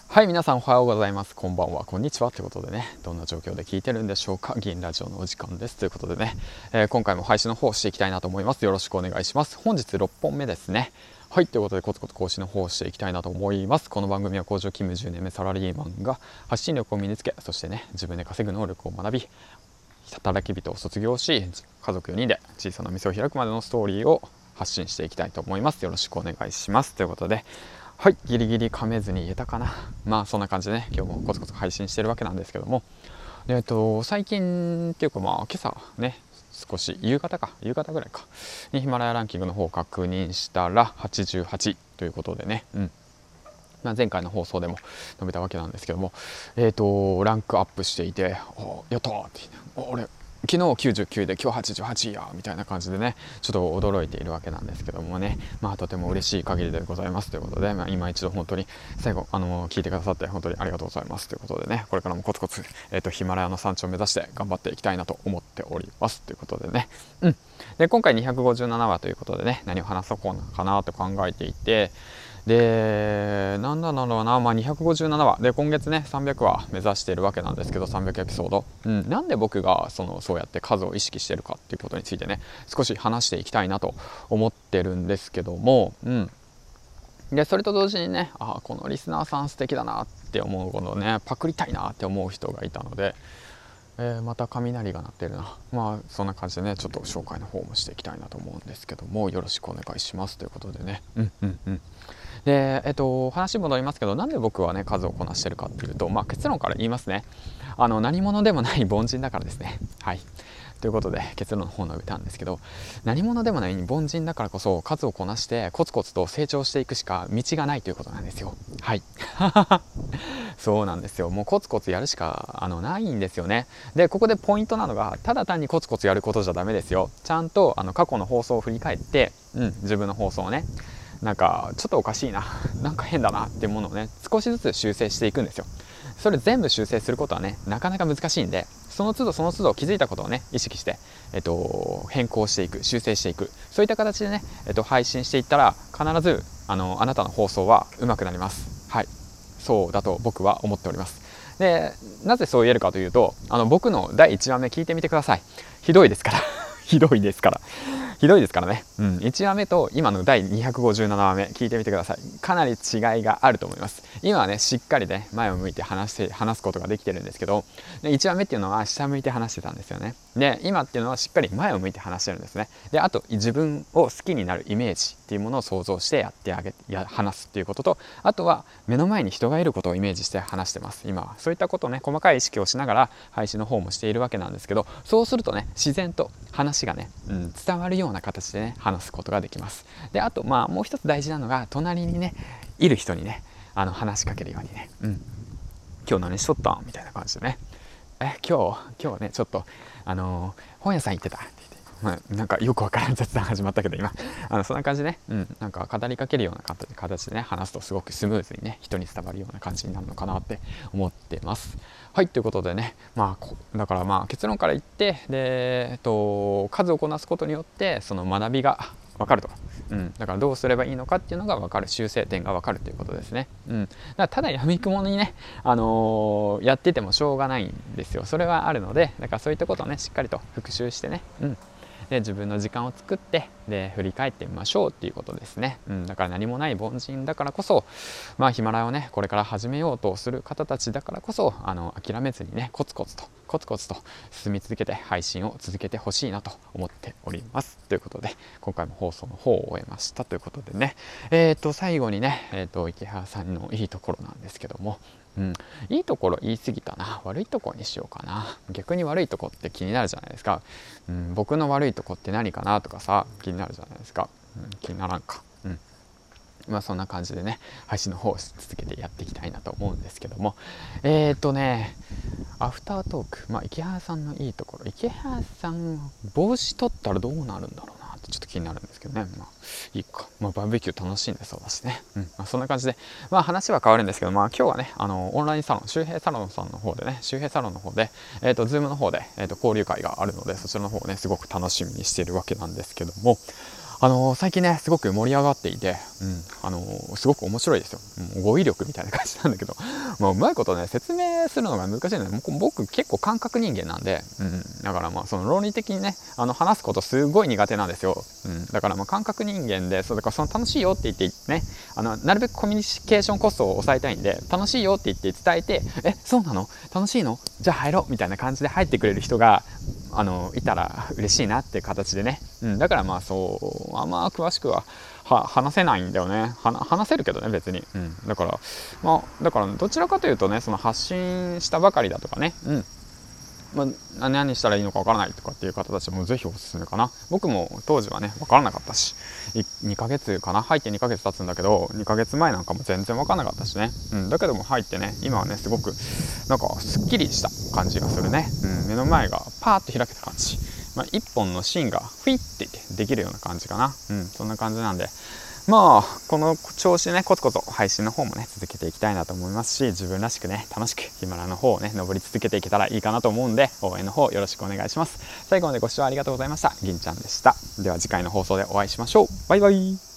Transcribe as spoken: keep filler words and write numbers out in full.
はい、皆さんおはようございます。こんばんは、こんにちはということでね、どんな状況で聞いてるんでしょうか。銀ラジオのお時間ですということでね、えー、今回も配信の方していきたいなと思います。よろしくお願いします。本日ろっぽんめですね。はい、ということでコツコツ更新の方をしていきたいなと思います。この番組は工場勤務じゅうねんめサラリーマンが発信力を身につけ、そしてね、自分で稼ぐ能力を学び、働き人を卒業し、家族よにんで小さな店を開くまでのストーリーを発信していきたいと思います。よろしくお願いします。ということで、はい、ギリギリ噛めずに言えたかな。まあそんな感じでね、今日もコツコツ配信してるわけなんですけども、でえっと最近っていうかまあ今朝ね、少し夕方か夕方ぐらいかにヒマラヤランキングの方を確認したらはちじゅうはちということでね、うんまあ、前回の放送でも述べたわけなんですけども、えー、とランクアップしていて、おやったーって、俺昨日きゅうじゅうきゅうで今日はちじゅうはちやみたいな感じでね、ちょっと驚いているわけなんですけどもね、まあとても嬉しい限りでございますということで、まあ、今一度本当に最後あの聞いてくださって本当にありがとうございますということでね、これからもコツコツ、えー、とヒマラヤの山頂を目指して頑張っていきたいなと思っておりますということでね、うんで今回にひゃくごじゅうななわということでね、何を話そうかなと考えていて、でなんだろうな、まあ、にひゃくごじゅうななわで今月ねさんびゃくわ目指しているわけなんですけど、さんびゃくエピソード、うん、なんで僕がそのそうやって数を意識してるかっていうことについてね、少し話していきたいなと思ってるんですけども、うんでそれと同時にね、あこのリスナーさん素敵だなって思うことね、パクりたいなって思う人がいたので、えー、また雷が鳴ってるな。まあそんな感じでね、ちょっと紹介の方もしていきたいなと思うんですけども、よろしくお願いしますということでね、うんうんうんで、えっと、話戻りますけど、なんで僕はね数をこなしてるかっていうと、まあ、結論から言いますね。あの何者でもない凡人だからですね。はいということで結論の方述べたんですけど、何者でもない凡人だからこそ数をこなしてコツコツと成長していくしか道がないということなんですよ。はいそうなんですよ。もうコツコツやるしかあのないんですよね。でここでポイントなのが、ただ単にコツコツやることじゃダメですよ。ちゃんとあの過去の放送を振り返って、うん、自分の放送をね、なんかちょっとおかしいな、なんか変だなっていうものをね、少しずつ修正していくんですよ。それ全部修正することはね、なかなか難しいんで、その都度その都度気づいたことをね意識して、えっと、変更していく、修正していく、そういった形でね、えっと、配信していったら必ずあのあなたの放送は上手くなります。はい、そうだと僕は思っております。でなぜそう言えるかというと、あの僕のだいいちわめ聞いてみてください。ひどいですからひどいですからひどいですからね、うん、いちわめと今のだいにひゃくごじゅうななわめ聞いてみてください。かなり違いがあると思います。今はねしっかりね前を向いて話して話すことができてるんですけど、いちわめっていうのは下向いて話してたんですよね。で今っていうのはしっかり前を向いて話してるんですね。であと自分を好きになるイメージっていうものを想像してやってあげや話すっていうことと、あとは目の前に人がいることをイメージして話してます。今はそういったことをね細かい意識をしながら配信の方もしているわけなんですけど、そうするとね自然と話がね、うん、伝わるような形でね話すことができます。であとまあもう一つ大事なのが、隣にねいる人にねあの話しかけるようにね、うん、今日何しとったんみたいな感じでね、え今日今日ねちょっとあのー、本屋さん行ってたって言って、まあ、なんかよくわからん雑談始まったけど今あのそんな感じでね、うん、なんか語りかけるような形でね話すとすごくスムーズにね人に伝わるような感じになるのかなって思ってます。はいということでね、まあだからまあ結論から言って、で、えっと、数をこなすことによってその学びが分かると、うん、だからどうすればいいのかっていうのが分かる、修正点が分かるということですね。うん、だからただやみくもにね、あのー、やっててもしょうがないんですよ。それはあるので、だからそういったことをねしっかりと復習してね、うん、で自分の時間を作ってで振り返ってみましょうっていうことですね。うん、だから何もない凡人だからこそ、まあヒマラヤをねこれから始めようとする方たちだからこそ、あの諦めずにねコツコツとコツコツと進み続けて配信を続けてほしいなと思っております。ということで今回も放送の方を終えましたということでね、えー、と最後にね、えー、と池原さんのいいところなんですけども、うん、いいところ言い過ぎたな、悪いところにしようかな。逆に悪いとこって気になるじゃないですか。うん、僕の悪いとこって何かなとかさ気になるじゃないですか。うん、気にならんか。うんまあそんな感じでね配信の方を続けてやっていきたいなと思うんですけども、えっ、ー、とねアフタートーク、まあ池原さんのいいところ、池原さん帽子取ったらどうなるんだろうなってちょっと気になるんですけどね。まあいいか、まあ、バーベキュー楽しいんでそうだしね、うんまあ、そんな感じでまあ話は変わるんですけど、まあ今日はねあのオンラインサロン周平サロンさんの方でね周平サロンの方でえっ、ー、とズームの方で、えー、と交流会があるので、そちらの方をねすごく楽しみにしているわけなんですけども、 あのー、最近ねすごく盛り上がっていて、うんあのー、すごく面白いですよ。もう語彙力みたいな感じなんだけどもううまいことね説明するのが難しいので、僕結構感覚人間なんで、うん、だからまあその論理的にねあの話すことすごい苦手なんですよ、うん、だからまあ感覚人間で、そうだからその楽しいよって言ってね、あのなるべくコミュニケーションコストを抑えたいんで、楽しいよって言って伝えて、えそうなの楽しいのじゃあ入ろうみたいな感じで入ってくれる人があのいたら嬉しいなっていう形でね、うん、だからまあそうあんま詳しくはは話せないんだよね。は話せるけどね別に、うん、だからまあだからどちらかというとね、その発信したばかりだとかね、うんまあ、何したらいいのかわからないとかっていう方たちもぜひおすすめかな。僕も当時はね分からなかったし、にかげつかな、入ってにかげつ経つんだけど、にかげつまえなんかも全然分からなかったしね、うん、だけども入ってね今はねすごくなんかすっきりした感じがするね、うん、目の前がパーッと開けた感じ、まあ、一本の芯がフィッてできるような感じかな、うん、そんな感じなんで、まあこの調子でねコツコツ配信の方もね続けていきたいなと思いますし、自分らしくね楽しくヒマラヤの方をね登り続けていけたらいいかなと思うんで、応援の方よろしくお願いします。最後までご視聴ありがとうございました。銀ちゃんでした。では次回の放送でお会いしましょう。バイバイ。